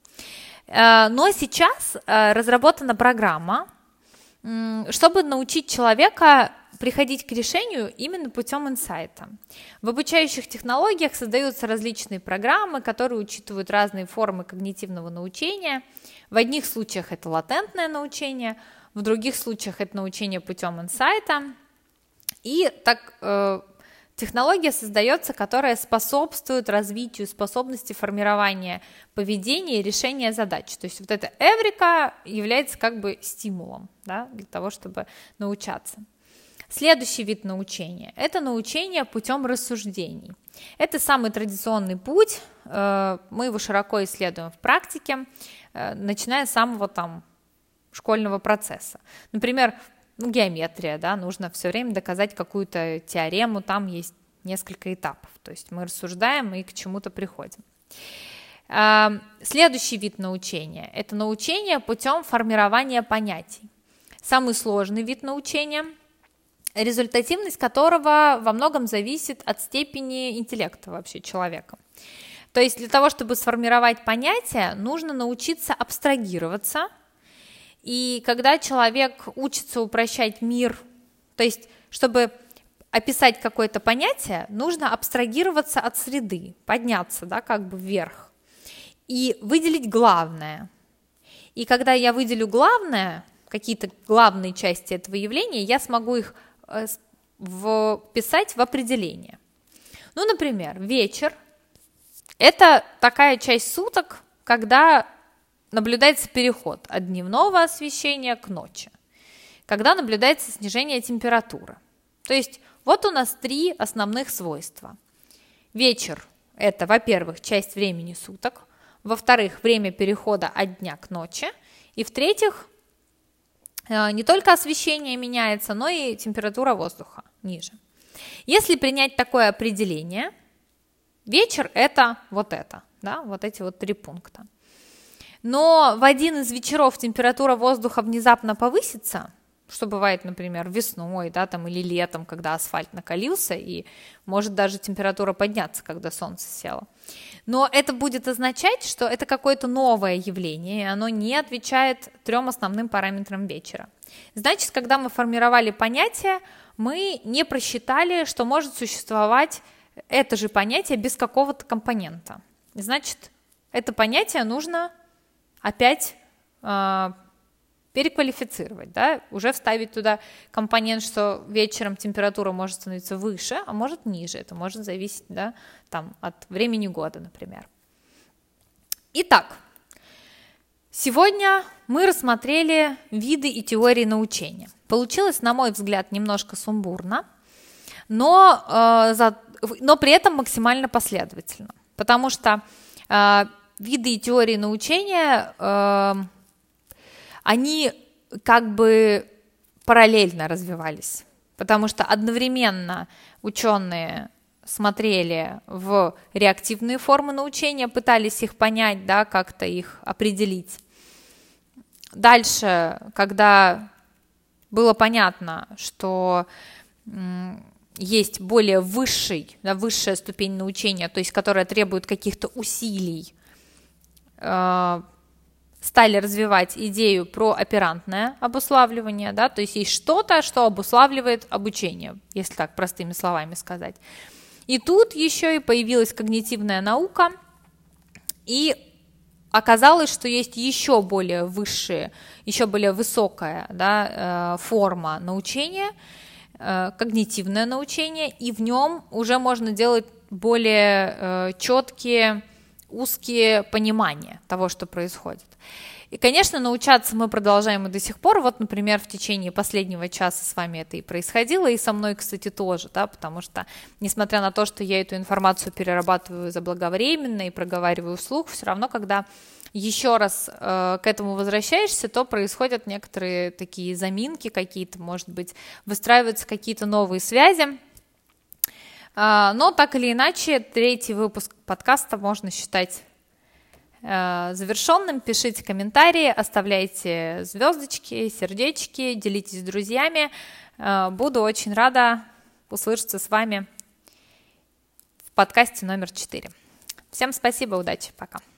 S1: Э, но сейчас э, разработана программа, э, чтобы научить человека приходить к решению именно путем инсайта. В обучающих технологиях создаются различные программы, которые учитывают разные формы когнитивного научения. В одних случаях это латентное научение, в других случаях это научение путем инсайта. И так э, технология создается, которая способствует развитию способности формирования поведения и решения задач. То есть вот эта эврика является как бы стимулом, да, для того, чтобы научаться. Следующий вид научения – это научение путем рассуждений. Это самый традиционный путь, э, мы его широко исследуем в практике, э, начиная с самого там школьного процесса. Например, ну, геометрия, да, нужно все время доказать какую-то теорему, там есть несколько этапов, то есть мы рассуждаем и к чему-то приходим. Следующий вид научения – это научение путем формирования понятий. Самый сложный вид научения, результативность которого во многом зависит от степени интеллекта вообще человека. То есть для того, чтобы сформировать понятие, нужно научиться абстрагироваться. И когда человек учится упрощать мир, то есть, чтобы описать какое-то понятие, нужно абстрагироваться от среды, подняться, да, как бы вверх, и выделить главное. И когда я выделю главное, какие-то главные части этого явления, я смогу их вписать в определение. Ну, например, вечер – это такая часть суток, когда наблюдается переход от дневного освещения к ночи, когда наблюдается снижение температуры. То есть вот у нас три основных свойства. Вечер – это, во-первых, часть времени суток, во-вторых, время перехода от дня к ночи, и в-третьих, не только освещение меняется, но и температура воздуха ниже. Если принять такое определение, вечер – это вот это, да, вот эти вот три пункта. Но в один из вечеров температура воздуха внезапно повысится, что бывает, например, весной, да, там, или летом, когда асфальт накалился, и может даже температура подняться, когда солнце село. Но это будет означать, что это какое-то новое явление, и оно не отвечает трем основным параметрам вечера. Значит, когда мы формировали понятие, мы не просчитали, что может существовать это же понятие без какого-то компонента. Значит, это понятие нужно опять э, переквалифицировать, да, уже вставить туда компонент, что вечером температура может становиться выше, а может ниже. Это может зависеть, да, там, от времени года, например. Итак, сегодня мы рассмотрели виды и теории научения. Получилось, на мой взгляд, немножко сумбурно, но, э, за, но при этом максимально последовательно, потому что э, виды и теории научения, э, они как бы параллельно развивались, потому что одновременно ученые смотрели в реактивные формы научения, пытались их понять, да, как-то их определить. Дальше, когда было понятно, что м, есть более высший, да, высшая ступень научения, то есть которая требует каких-то усилий, стали развивать идею про оперантное обуславливание, да, то есть есть что-то, что обуславливает обучение, если так простыми словами сказать. И тут еще и появилась когнитивная наука, и оказалось, что есть еще более высшая, еще более высокая, да, форма научения, когнитивное научение, и в нем уже можно делать более четкие, узкие понимания того, что происходит. И, конечно, научаться мы продолжаем и до сих пор. Вот, например, в течение последнего часа с вами это и происходило, и со мной, кстати, тоже, да, потому что, несмотря на то, что я эту информацию перерабатываю заблаговременно и проговариваю вслух, все равно, когда еще раз э, к этому возвращаешься, то происходят некоторые такие заминки какие-то, может быть, выстраиваются какие-то новые связи. Э, но так или иначе, третий выпуск подкаста можно считать завершенным. Пишите комментарии, оставляйте звездочки, сердечки, делитесь с друзьями. Буду очень рада услышаться с вами в подкасте номер четыре. Всем спасибо, удачи, пока.